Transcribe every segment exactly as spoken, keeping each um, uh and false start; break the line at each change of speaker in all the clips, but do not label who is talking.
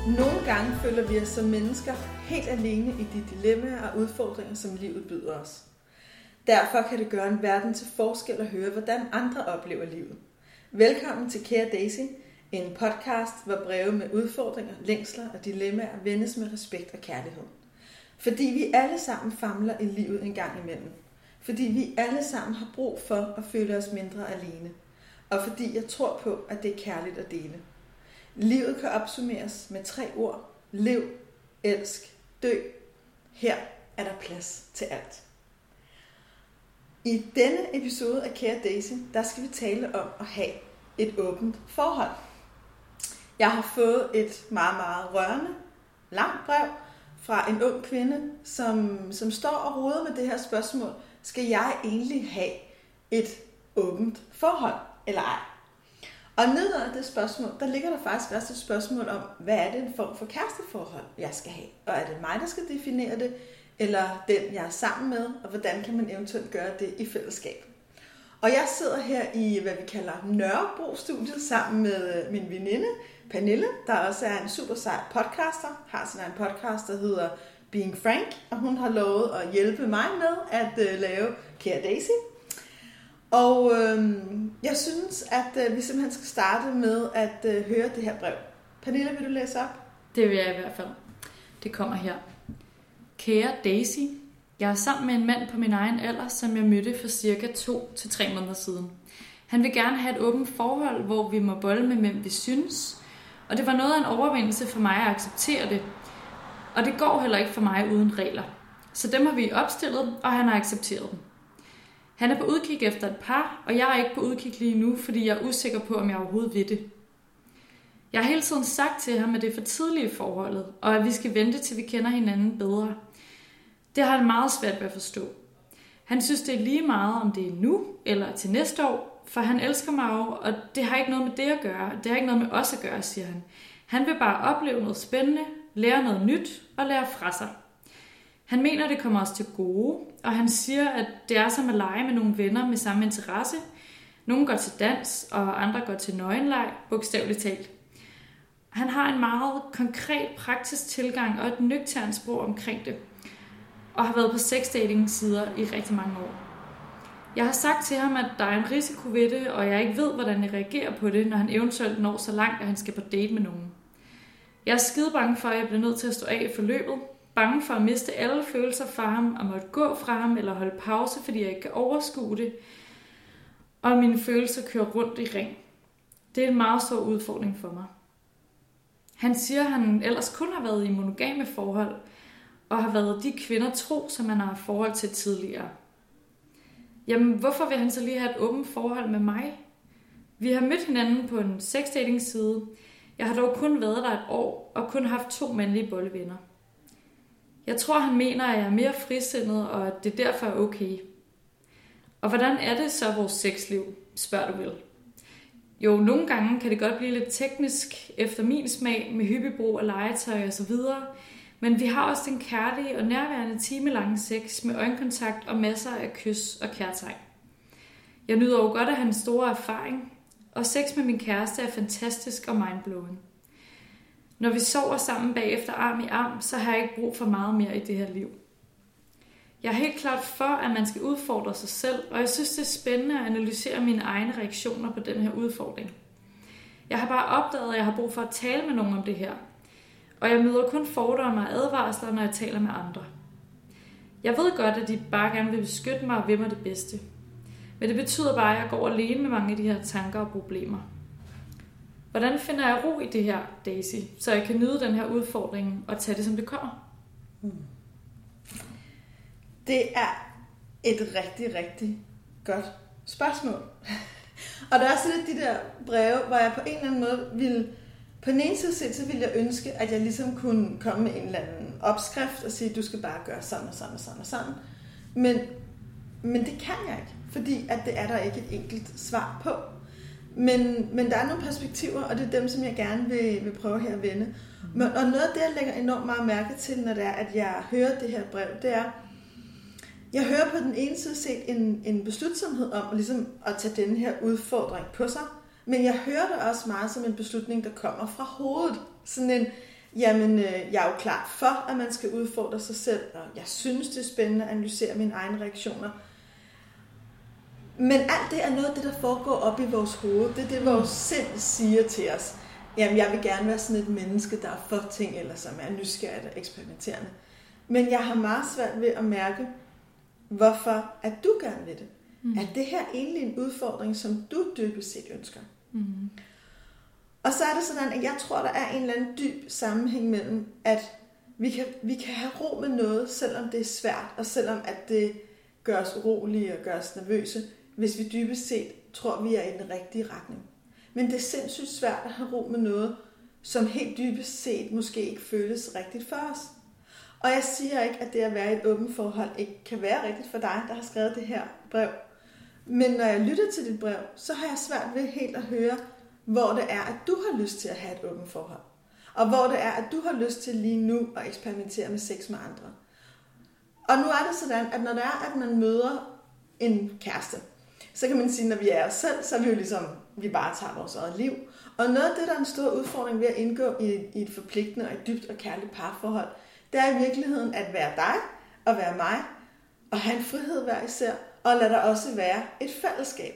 Nogle gange føler vi os som mennesker helt alene i de dilemmaer og udfordringer, som livet byder os. Derfor kan det gøre en verden til forskel at høre, hvordan andre oplever livet. Velkommen til Kære Daisy, en podcast, hvor breve med udfordringer, længsler og dilemmaer vendes med respekt og kærlighed. Fordi vi alle sammen famler i livet en gang imellem. Fordi vi alle sammen har brug for at føle os mindre alene. Og fordi jeg tror på, at det er kærligt at dele. Livet kan opsummeres med tre ord. Lev, elsk, dø. Her er der plads til alt. I denne episode af Kære Daisy, der skal vi tale om at have et åbent forhold. Jeg har fået et meget, meget rørende, langt brev fra en ung kvinde, som, som står og roder med det her spørgsmål. Skal jeg egentlig have et åbent forhold, eller ej? Og ned under det spørgsmål, der ligger der faktisk også et spørgsmål om, hvad er det en form for kæresteforhold, jeg skal have? Og er det mig, der skal definere det, eller den, jeg er sammen med, og hvordan kan man eventuelt gøre det i fællesskab? Og jeg sidder her i, hvad vi kalder Nørrebro-studiet, sammen med min veninde, Pernille, der også er en super sej podcaster, har sådan en podcast, der hedder Being Frank, og hun har lovet at hjælpe mig med at uh, lave Kære Daisy. Og øh, jeg synes, at øh, vi simpelthen skal starte med at øh, høre det her brev. Pernille, vil du læse op?
Det vil jeg i hvert fald. Det kommer her. Kære Daisy, jeg er sammen med en mand på min egen alder, som jeg mødte for cirka to til tre måneder siden. Han vil gerne have et åbent forhold, hvor vi må bolle med, hvem vi synes. Og det var noget af en overvindelse for mig at acceptere det. Og det går heller ikke for mig uden regler. Så dem har vi opstillet, og han har accepteret dem. Han er på udkig efter et par, og jeg er ikke på udkig lige nu, fordi jeg er usikker på, om jeg overhovedet vil det. Jeg har hele tiden sagt til ham, at det er for tidligt i forholdet, og at vi skal vente, til vi kender hinanden bedre. Det har han meget svært ved at forstå. Han synes, det er lige meget, om det er nu eller til næste år, for han elsker mig jo, og det har ikke noget med det at gøre. Det har ikke noget med os at gøre, siger han. Han vil bare opleve noget spændende, lære noget nyt og lære fra sig. Han mener, det kommer os til gode, og han siger, at det er som at lege med nogle venner med samme interesse. Nogle går til dans, og andre går til nøgenleg, bogstaveligt talt. Han har en meget konkret, praktisk tilgang og et nøgternt sprog omkring det, og har været på sexdating-sider i rigtig mange år. Jeg har sagt til ham, at der er en risiko ved det, og jeg ikke ved, hvordan jeg reagerer på det, når han eventuelt når så langt, at han skal på date med nogen. Jeg er skide bange for, at jeg bliver nødt til at stå af i forløbet, bange for at miste alle følelser fra ham, og måtte gå fra ham eller holde pause, fordi jeg ikke kan overskue det, og mine følelser kører rundt i ring. Det er en meget stor udfordring for mig. Han siger, at han ellers kun har været i monogame forhold, og har været de kvinder tro, som han har haft forhold til tidligere. Jamen, hvorfor vil han så lige have et åbent forhold med mig? Vi har mødt hinanden på en sexdating-side. Jeg har dog kun været der et år, og kun haft to mandlige bollevenner. Jeg tror, han mener, at jeg er mere frisindet, og at det derfor er okay. Og hvordan er det så vores sexliv, spørger du vel? Jo, nogle gange kan det godt blive lidt teknisk efter min smag, med hyppig brug af legetøj og så videre. Men vi har også den kærlige og nærværende timelange sex med øjenkontakt og masser af kys og kærtegn. Jeg nyder jo godt af hans store erfaring, og sex med min kæreste er fantastisk og mindblowing. Når vi sover sammen bagefter arm i arm, så har jeg ikke brug for meget mere i det her liv. Jeg er helt klart for, at man skal udfordre sig selv, og jeg synes, det er spændende at analysere mine egne reaktioner på den her udfordring. Jeg har bare opdaget, at jeg har brug for at tale med nogen om det her. Og jeg møder kun fordomme og advarsler, når jeg taler med andre. Jeg ved godt, at de bare gerne vil beskytte mig og vil mig det bedste. Men det betyder bare, at jeg går alene med mange af de her tanker og problemer. Hvordan finder jeg ro i det her, Daisy, så jeg kan nyde den her udfordring og tage det, som det kommer?
Hmm. Det er et rigtig, rigtig godt spørgsmål. Og der er også lidt de der breve, hvor jeg på en eller anden måde ville, på den ene side set, så ville jeg ønske, at jeg ligesom kunne komme med en eller anden opskrift og sige, du skal bare gøre sådan og sådan og sådan og sådan. Men, men det kan jeg ikke, fordi at det er der ikke et enkelt svar på. Men, men der er nogle perspektiver, og det er dem, som jeg gerne vil, vil prøve her at vende. Men, og noget af det, jeg lægger enormt meget mærke til, når det er, at jeg hører det her brev, det er, jeg hører på den ene side set en, en beslutsomhed om ligesom at tage denne her udfordring på sig, men jeg hører det også meget som en beslutning, der kommer fra hovedet. Sådan en, jamen øh, jeg er jo klar for, at man skal udfordre sig selv, og jeg synes, det er spændende at analysere mine egne reaktioner. Men alt det er noget af det, der foregår op i vores hoved. Det er det, vores sind siger til os. Jamen, jeg vil gerne være sådan et menneske, der er for ting, eller som er nysgerrigt og eksperimenterende. Men jeg har meget svært ved at mærke, hvorfor at du gerne vil det. Mm. Er det her egentlig en udfordring, som du dybest set ønsker? Mm. Og så er det sådan, at jeg tror, der er en eller anden dyb sammenhæng mellem, at vi kan, vi kan have ro med noget, selvom det er svært, og selvom at det gør os urolige og gør os nervøse, hvis vi dybest set tror, vi er i den rigtige retning. Men det er sindssygt svært at have ro med noget, som helt dybest set måske ikke føles rigtigt for os. Og jeg siger ikke, at det at være i et åbent forhold ikke kan være rigtigt for dig, der har skrevet det her brev. Men når jeg lytter til dit brev, så har jeg svært ved helt at høre, hvor det er, at du har lyst til at have et åbent forhold. Og hvor det er, at du har lyst til lige nu at eksperimentere med sex med andre. Og nu er det sådan, at når det er, at man møder en kæreste, så kan man sige, at når vi er os selv, så er vi jo ligesom, vi bare tager vores eget liv. Og noget af det, der er en stor udfordring ved at indgå i et, i et forpligtende og et dybt og kærligt parforhold, det er i virkeligheden at være dig og være mig, og have en frihed hver især, og lad der også være et fællesskab.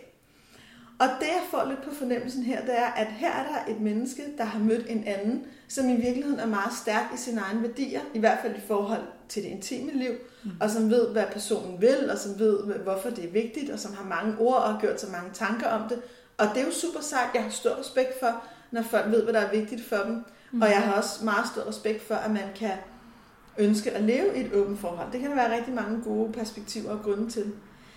Og det, jeg får lidt på fornemmelsen her, det er, at her er der et menneske, der har mødt en anden, som i virkeligheden er meget stærk i sine egne værdier, i hvert fald i forhold til det intime liv, mm. og som ved, hvad personen vil, og som ved, hvorfor det er vigtigt, og som har mange ord og har gjort så mange tanker om det. Og det er jo super sejt. Jeg har stor respekt for, når folk ved, hvad der er vigtigt for dem. Mm. Og jeg har også meget stor respekt for, at man kan ønske at leve i et åbent forhold. Det kan der være rigtig mange gode perspektiver og grunde til.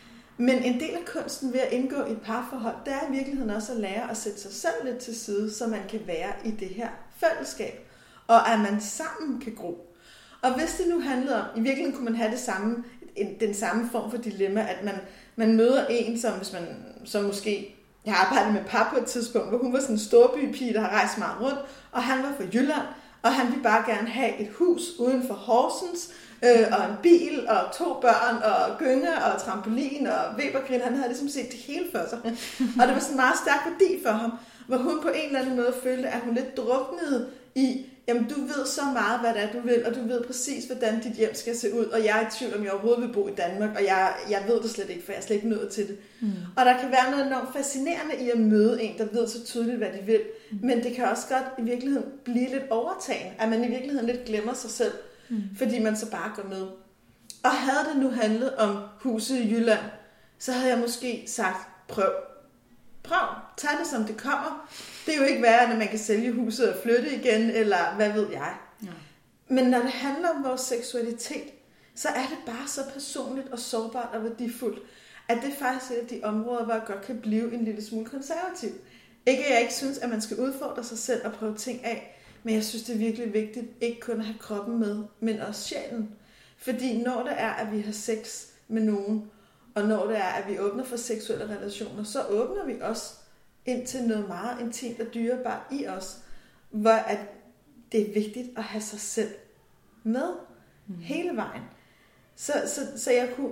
Men en del af kunsten ved at indgå i et parforhold, det er i virkeligheden også at lære at sætte sig selv lidt til side, så man kan være i det her fællesskab, og at man sammen kan gro. Og hvis det nu handlede om, i virkeligheden kunne man have det samme, den samme form for dilemma, at man, man møder en, som, hvis man, som måske, jeg har arbejdet med par på et tidspunkt, hvor hun var sådan en storbypige, der har rejst meget rundt, og han var fra Jylland, og han ville bare gerne have et hus uden for Horsens, øh, og en bil, og to børn, og gynger, og trampolin, og Webergrill. Han havde ligesom set det hele for sig. Og det var sådan en meget stærk værdi for ham, hvor hun på en eller anden måde følte, at hun lidt druknede i, jamen du ved så meget, hvad det er, du vil, og du ved præcis, hvordan dit hjem skal se ud, og jeg er i tvivl, om jeg overhovedet vil bo i Danmark, og jeg, jeg ved det slet ikke, for jeg er slet ikke nået til det. Mm. Og der kan være noget enormt fascinerende i at møde en, der ved så tydeligt, hvad de vil, mm. men det kan også godt i virkeligheden blive lidt overtagen, at man i virkeligheden lidt glemmer sig selv, mm. fordi man så bare går med. Og havde det nu handlet om huset i Jylland, så havde jeg måske sagt, prøv. Prøv, tag det som det kommer. Det er jo ikke værre, at man kan sælge huset og flytte igen, eller hvad ved jeg. Ja. Men når det handler om vores seksualitet, så er det bare så personligt og sårbart og værdifuldt, at det er faktisk et af de områder, hvor jeg godt kan blive en lille smule konservativ. Ikke at jeg ikke synes, at man skal udfordre sig selv og prøve ting af, men jeg synes, det er virkelig vigtigt ikke kun at have kroppen med, men også sjælen. Fordi når det er, at vi har sex med nogen, og når det er, at vi åbner for seksuelle relationer, så åbner vi også ind til noget meget intimt og dyrebart i os, hvor at det er vigtigt at have sig selv med mm. hele vejen. Så, så, så jeg kunne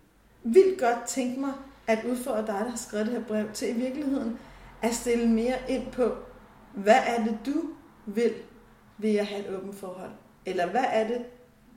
vildt godt tænke mig at udfordre dig, der har skrevet det her brev, til i virkeligheden at stille mere ind på, hvad er det, du vil ved at have et åbent forhold? Eller hvad er det,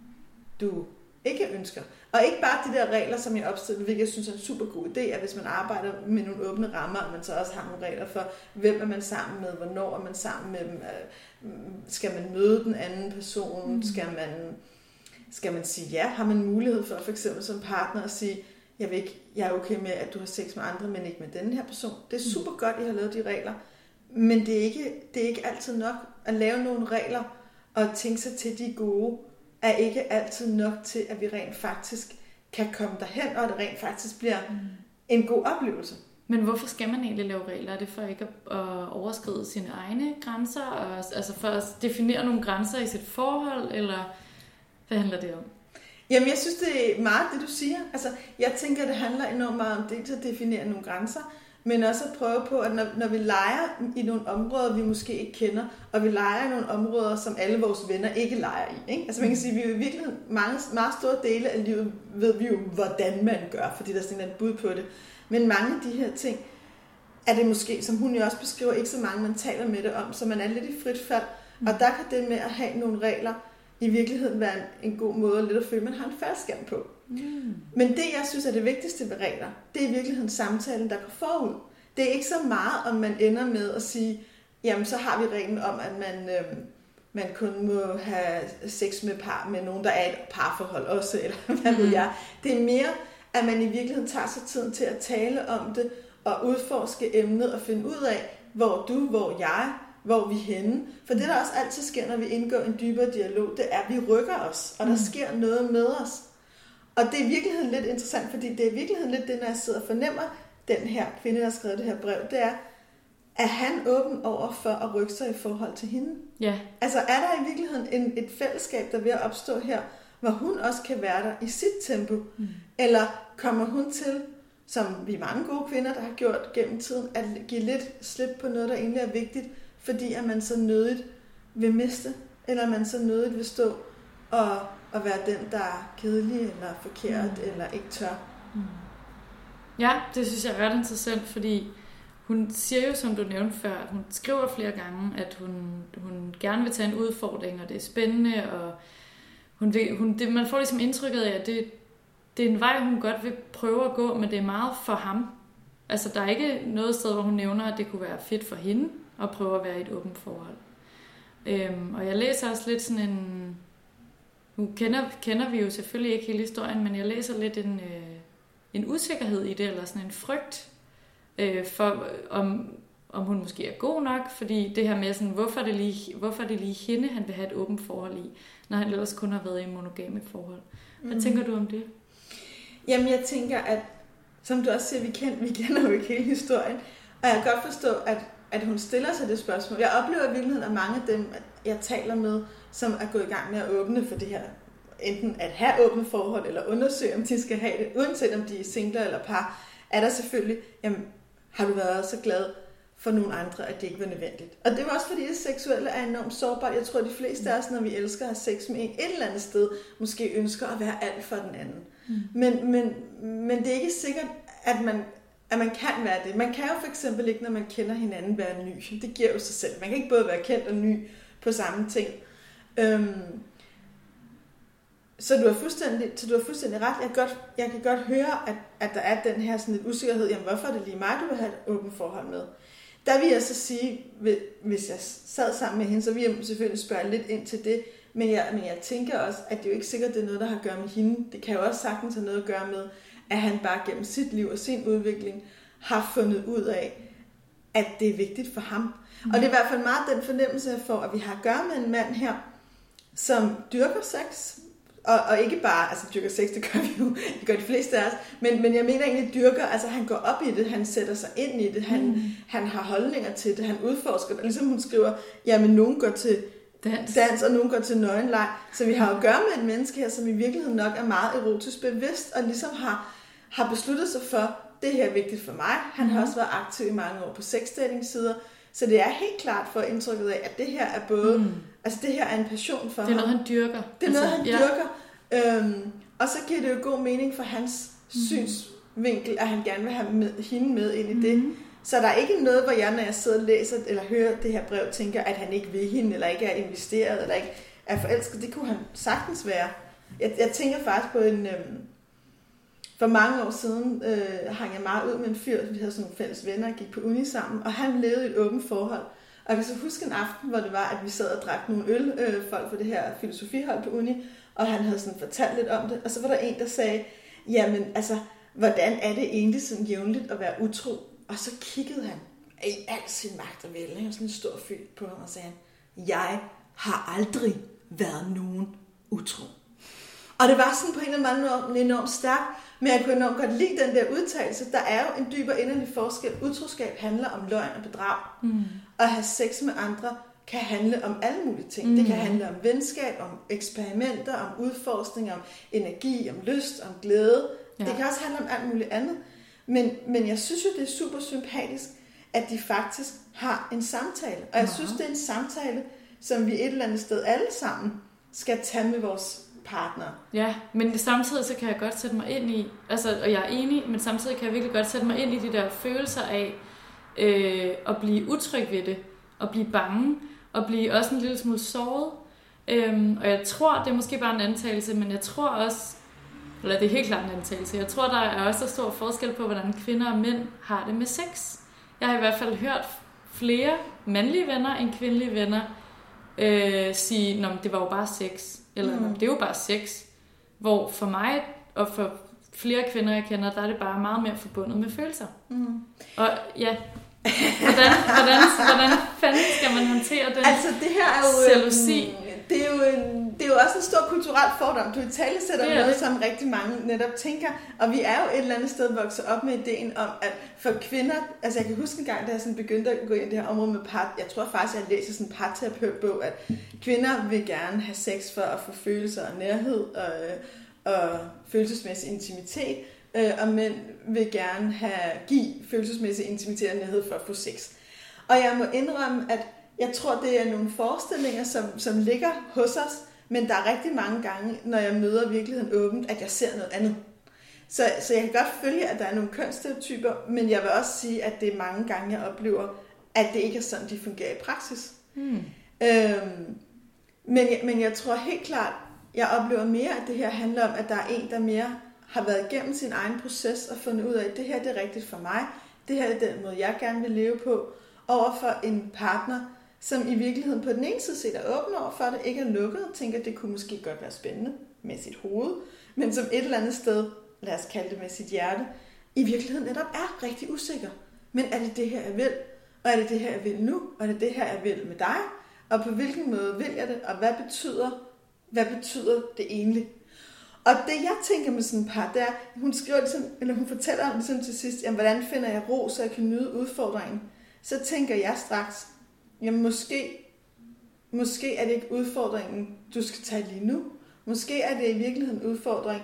du ikke ønsker? Og ikke bare de der regler, som jeg opstiller, hvilket jeg synes er en super god idé, at hvis man arbejder med nogle åbne rammer, at man så også har nogle regler for, hvem er man sammen med, hvornår er man sammen med dem, skal man møde den anden person, mm. skal man skal man sige ja, har man mulighed for for eksempel som partner at sige, jeg, vil ikke, jeg er okay med, at du har sex med andre, men ikke med denne her person. Det er super godt, at I har lavet de regler, men det er ikke, det er ikke altid nok at lave nogle regler og tænke sig til de gode, er ikke altid nok til, at vi rent faktisk kan komme derhen, og at det rent faktisk bliver mm. en god oplevelse.
Men hvorfor skal man egentlig lave regler? Er det for ikke at overskride sine egne grænser? Og, altså for at definere nogle grænser i sit forhold? Eller hvad handler det om?
Jamen, jeg synes, det er meget det, du siger. Altså, jeg tænker, det handler enormt meget om det, at definere nogle grænser, men også at prøve på, at når, når vi leger i nogle områder, vi måske ikke kender, og vi leger i nogle områder, som alle vores venner ikke leger i. Ikke? Altså man kan sige, at vi er jo virkelig mange, meget store dele af livet, ved vi jo, hvordan man gør, fordi der er sådan et bud på det. Men mange af de her ting, er det måske, som hun jo også beskriver, ikke så mange, man taler med det om, så man er lidt i frit fald, Mm. Og der kan det med at have nogle regler i virkeligheden være en, en god måde lidt at føle, at man har en faldskærm på. Mm. Men det, jeg synes er det vigtigste ved regler, det er i virkeligheden samtalen, der går forud. Det er ikke så meget, om man ender med at sige, jamen så har vi reglen om, at man, øh, man kun må have sex med par med nogen, der er et parforhold også, eller hvad ved jeg. Det er mere, at man i virkeligheden tager sig tiden til at tale om det, og udforske emnet og finde ud af, hvor du, hvor jeg, hvor vi er henne. For det, der også altid sker, når vi indgår en dybere dialog, det er, at vi rykker os, og der sker noget med os. Og det er i virkeligheden lidt interessant, fordi det er i virkeligheden lidt det, når jeg sidder og fornemmer, den her kvinde, der har skrevet det her brev, det er, er han åben over for at rykke sig i forhold til hende?
Ja.
Altså er der i virkeligheden en, et fællesskab, der er ved at opstå her, hvor hun også kan være der i sit tempo? Mm. Eller kommer hun til, som vi er mange gode kvinder, der har gjort gennem tiden, at give lidt slip på noget, der egentlig er vigtigt, fordi at man så nødigt vil miste, eller man så nødigt vil stå og, og være den, der er kedelig, eller forkert, mm. eller ikke tør. Mm.
Ja, det synes jeg er ret interessant, fordi hun siger jo, som du nævnte før, hun skriver flere gange, at hun, hun gerne vil tage en udfordring, og det er spændende, og hun vil, hun, det, man får ligesom indtrykket af, at det, det er en vej, hun godt vil prøve at gå, men det er meget for ham. Altså, der er ikke noget sted, hvor hun nævner, at det kunne være fedt for hende at prøve at være i et åbent forhold. Øhm, og jeg læser også lidt sådan en... Nu kender, kender vi jo selvfølgelig ikke hele historien, men jeg læser lidt en... Øh, en usikkerhed i det, eller sådan en frygt øh, for, om, om hun måske er god nok, fordi det her med, sådan, hvorfor, er det lige, hvorfor er det lige hende, han vil have et åbent forhold i, når han ellers kun har været i monogame forhold. Hvad mm. tænker du om det?
Jamen, jeg tænker, at som du også siger, vi kender, vi kender jo ikke hele historien, og jeg kan godt forstå, at, at hun stiller sig det spørgsmål. Jeg oplever i virkeligheden, at mange af dem, jeg taler med, som er gået i gang med at åbne for det her, enten at have åbne forhold, eller undersøge, om de skal have det, uanset om de er singler eller par, er der selvfølgelig, jamen, har du været så glad for nogle andre, at det ikke var nødvendigt. Og det var også fordi, det seksuelle er enormt sårbart. Jeg tror, at de fleste af os, når vi elsker at have sex med en et eller andet sted, måske ønsker at være alt for den anden. Mm. Men, men, men det er ikke sikkert, at man, at man kan være det. Man kan jo for eksempel ikke, når man kender hinanden, være ny. Det giver jo sig selv. Man kan ikke både være kendt og ny på samme ting. Øhm, Så du har fuldstændig, så du har fuldstændig ret. Jeg kan godt, jeg kan godt høre, at, at der er den her sådan lidt usikkerhed. Jamen, hvorfor er det lige mig, du vil have et åbent forhold med? Der vil jeg så sige, hvis jeg sad sammen med hende, så vil jeg selvfølgelig spørge lidt ind til det. Men jeg, men jeg tænker også, at det er jo ikke sikkert, det er noget, der har at gøre med hende. Det kan jo også sagtens have noget at gøre med, at han bare gennem sit liv og sin udvikling har fundet ud af, at det er vigtigt for ham. Mm. Og det er i hvert fald meget den fornemmelse, jeg får, at vi har at gøre med en mand her, som dyrker sex. Og, og ikke bare, altså dyrker sex, det gør vi jo, det gør de fleste af os, men, men jeg mener egentlig dyrker, altså han går op i det, han sætter sig ind i det, han, mm. han har holdninger til det, han udforsker det, ligesom hun skriver, jamen nogen går til dans, dans og nogen går til nøgenleg, så vi har jo at gøre med et menneske her, som i virkeligheden nok er meget erotisk bevidst, og ligesom har, har besluttet sig for, det her er vigtigt for mig, han mm. har også været aktiv i mange år på sexdating-sider, så det er helt klart for indtrykket af, at det her er både, mm. altså det her er en passion for ham.
Det er noget, han dyrker.
Det er noget, altså, han ja. dyrker. Øhm, og så giver det jo god mening for hans mm. synsvinkel, at han gerne vil have med, hende med ind i mm. det. Så der er ikke noget, hvor jeg, når jeg sidder og læser eller hører det her brev, tænker, at han ikke vil hende, eller ikke er investeret, eller ikke er forelsket. Det kunne han sagtens være. Jeg, jeg tænker faktisk på en... Øhm, For mange år siden øh, hang jeg meget ud med en fyr, vi havde sådan nogle fælles venner, og gik på uni sammen, og han levede i et åbent forhold. Og jeg kan så huske en aften, hvor det var, at vi sad og drak nogle øl, øh, folk på det her filosofihold på uni, og han havde sådan fortalt lidt om det, og så var der en, der sagde, jamen altså, hvordan er det egentlig sådan jævnligt at være utro? Og så kiggede han i al sin magt og vælge, og sådan en stor fyr på ham, og sagde han, jeg har aldrig været nogen utro. Og det var sådan på en eller anden måde enormt stærkt, men jeg kunne enormt godt lide den der udtalelse. Der er jo en dyber inderlig forskel. Utroskab handler om løgn og bedrag. Mm. At have sex med andre kan handle om alle mulige ting. Mm. Det kan handle om venskab, om eksperimenter, om udforskning, om energi, om lyst, om glæde. Ja. Det kan også handle om alt muligt andet. Men, men jeg synes jo, det er super sympatisk, at de faktisk har en samtale. Og jeg ja. synes, det er en samtale, som vi et eller andet sted alle sammen skal tage med vores partner.
Ja, men samtidig så kan jeg godt sætte mig ind i, altså, og jeg er enig, men samtidig kan jeg virkelig godt sætte mig ind i de der følelser af øh, at blive utryg ved det, og blive bange, og blive også en lille smule såret. Øhm, og jeg tror, det er måske bare en antagelse, men jeg tror også, eller det er helt klart en antagelse, jeg tror, der er også så stor forskel på, hvordan kvinder og mænd har det med sex. Jeg har i hvert fald hørt flere mandlige venner end kvindelige venner øh, sige, at det var jo bare sex, eller mm. det er jo bare sex. Hvor for mig og for flere kvinder, jeg kender, der er det bare meget mere forbundet med følelser. Mm. Og ja, hvordan, hvordan, hvordan fanden skal man håndtere den
altså, det her er jo,
jalousi?
Det er, jo en, det er jo også en stor kulturel fordom. Du italesætter noget, det. som rigtig mange netop tænker. Og vi er jo et eller andet sted vokset op med ideen om, at for kvinder... Altså jeg kan huske en gang, da jeg sådan begyndte at gå ind i det her område med par... Jeg tror faktisk, jeg læser sådan en parterapeutbog, at kvinder vil gerne have sex for at få følelser og nærhed og, og følelsesmæssig intimitet. Og mænd vil gerne have, give følelsesmæssig intimitet og nærhed for at få sex. Og jeg må indrømme, at jeg tror, det er nogle forestillinger, som, som ligger hos os, men der er rigtig mange gange, når jeg møder virkeligheden åbent, at jeg ser noget andet. Så, så jeg kan godt følge, at der er nogle kønsstereotyper, men jeg vil også sige, at det er mange gange, jeg oplever, at det ikke er sådan, de fungerer i praksis. Hmm. Øhm, men, men jeg tror helt klart, jeg oplever mere, at det her handler om, at der er en, der mere har været igennem sin egen proces og fundet ud af, at det her det er rigtigt for mig, det her er den måde, jeg gerne vil leve på, over for en partner, som i virkeligheden på den ene side set er åben over for det, ikke er lukket og tænker, at det kunne måske godt være spændende med sit hoved, men som et eller andet sted, lad os kalde det med sit hjerte, i virkeligheden netop er rigtig usikker. Men er det det her, jeg vil? Og er det det her, jeg vil nu? Og er det det her, jeg vil med dig? Og på hvilken måde vil jeg det? Og hvad betyder, hvad betyder det egentlig? Og det jeg tænker med sådan et par, det er, hun skriver ligesom, eller hun fortæller om ligesom til sidst, jamen, hvordan finder jeg ro, så jeg kan nyde udfordringen? Så tænker jeg straks, jamen måske, måske er det ikke udfordringen, du skal tage lige nu. Måske er det i virkeligheden en udfordring,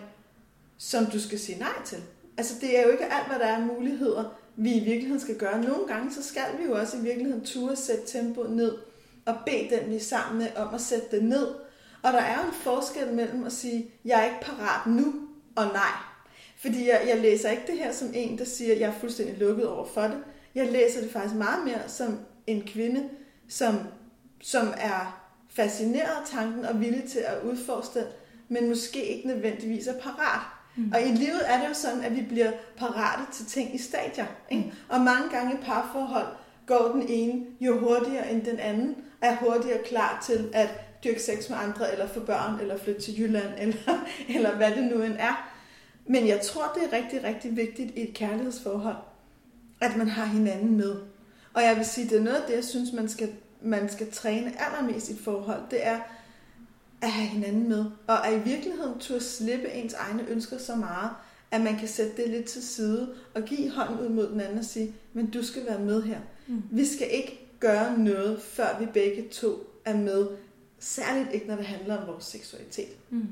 som du skal sige nej til. Altså det er jo ikke alt, hvad der er muligheder, vi i virkeligheden skal gøre. Nogle gange, så skal vi jo også i virkeligheden ture sætte tempoet ned, og bede den, vi er sammen med, om at sætte det ned. Og der er jo en forskel mellem at sige, jeg er ikke parat nu, og nej. Fordi jeg, jeg læser ikke det her som en, der siger, at jeg er fuldstændig lukket over for det. Jeg læser det faktisk meget mere som en kvinde, som, som er fascineret af tanken og villig til at udforske den, men måske ikke nødvendigvis er parat. Mm. Og i livet er det jo sådan, at vi bliver parate til ting i stadier. Ikke? Mm. Og mange gange i parforhold går den ene jo hurtigere end den anden, er hurtigere klar til at dyrke sex med andre, eller få børn, eller flytte til Jylland, eller, eller hvad det nu end er. Men jeg tror, det er rigtig, rigtig vigtigt i et kærlighedsforhold, at man har hinanden med. Og jeg vil sige, det er noget af det, jeg synes, man skal, man skal træne allermest i et forhold, det er at have hinanden med. Og at i virkeligheden turde slippe ens egne ønsker så meget, at man kan sætte det lidt til side, og give hånden ud mod den anden og sige, men du skal være med her. Mm. Vi skal ikke gøre noget, før vi begge to er med. Særligt ikke, når det handler om vores seksualitet. Mm.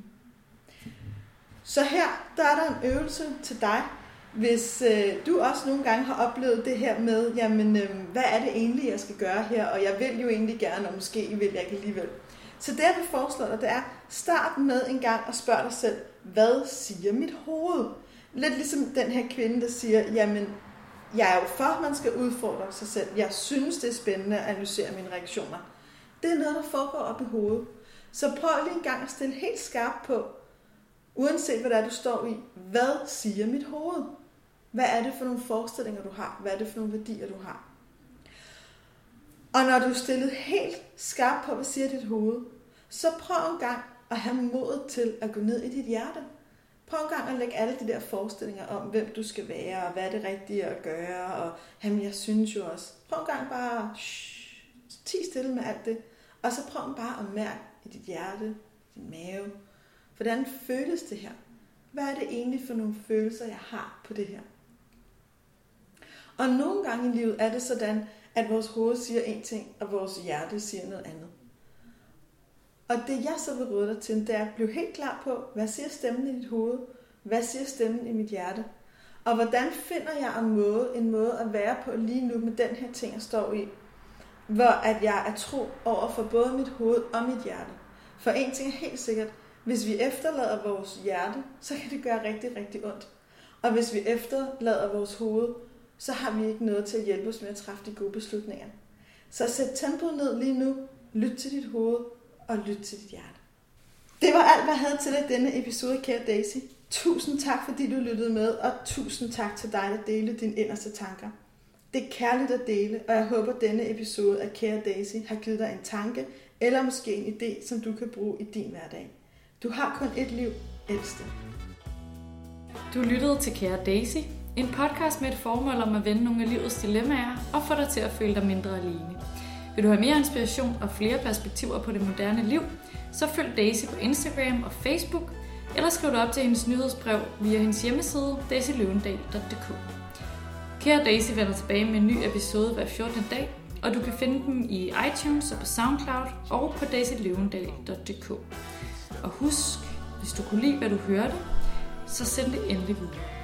Så her, der er der en øvelse til dig, hvis øh, du også nogle gange har oplevet det her med, jamen, øh, hvad er det egentlig, jeg skal gøre her, og jeg vil jo egentlig gerne, og måske vil jeg ikke alligevel. Så det, jeg vil foreslå dig, det er, start med en gang og spørg dig selv, hvad siger mit hoved? Lidt ligesom den her kvinde, der siger, jamen, jeg er jo for, at man skal udfordre sig selv. Jeg synes, det er spændende at analysere mine reaktioner. Det er noget, der foregår op i hovedet. Så prøv lige en gang at stille helt skarpt på, uanset hvad der er, du står i, hvad siger mit hoved? Hvad er det for nogle forestillinger, du har? Hvad er det for nogle værdier, du har? Og når du er stillet helt skarpt på, hvad siger dit hoved, så prøv en gang at have modet til at gå ned i dit hjerte. Prøv en gang at lægge alle de der forestillinger om, hvem du skal være, og hvad er det rigtige at gøre, og jamen, jeg synes jo også. Prøv en gang bare shh, ti stille med alt det, og så prøv bare at mærke i dit hjerte, din mave, hvordan føles det her? Hvad er det egentlig for nogle følelser, jeg har på det her? Og nogle gange i livet er det sådan, at vores hoved siger en ting, og vores hjerte siger noget andet. Og det jeg så vil råde dig til, det er at blive helt klar på, hvad siger stemmen i dit hoved? Hvad siger stemmen i mit hjerte? Og hvordan finder jeg en måde, en måde at være på lige nu med den her ting, jeg står i? Hvor at jeg er tro over for både mit hoved og mit hjerte. For en ting er helt sikkert, hvis vi efterlader vores hjerte, så kan det gøre rigtig, rigtig ondt. Og hvis vi efterlader vores hoved, så har vi ikke noget til at hjælpe os med at træffe de gode beslutninger. Så sæt tempoet ned lige nu, lyt til dit hoved og lyt til dit hjerte. Det var alt, hvad jeg havde til dig denne episode, kære Daisy. Tusind tak, fordi du lyttede med, og tusind tak til dig, der delte dine inderste tanker. Det er kærligt at dele, og jeg håber, at denne episode af Kære Daisy har givet dig en tanke, eller måske en idé, som du kan bruge i din hverdag. Du har kun et liv, elsk det.
Du lyttede til Kære Daisy, en podcast med et formål om at vende nogle af livets dilemmaer og få dig til at føle dig mindre alene. Vil du have mere inspiration og flere perspektiver på det moderne liv, så følg Daisy på Instagram og Facebook, eller skriv dig op til hendes nyhedsbrev via hendes hjemmeside daisy løvendal punktum d k. Kære Daisy vender tilbage med en ny episode hver fjortende dag, og du kan finde dem i iTunes og på SoundCloud og på daisy løvendal punktum d k. Og husk, hvis du kunne lide, hvad du hørte, så send det endelig videre.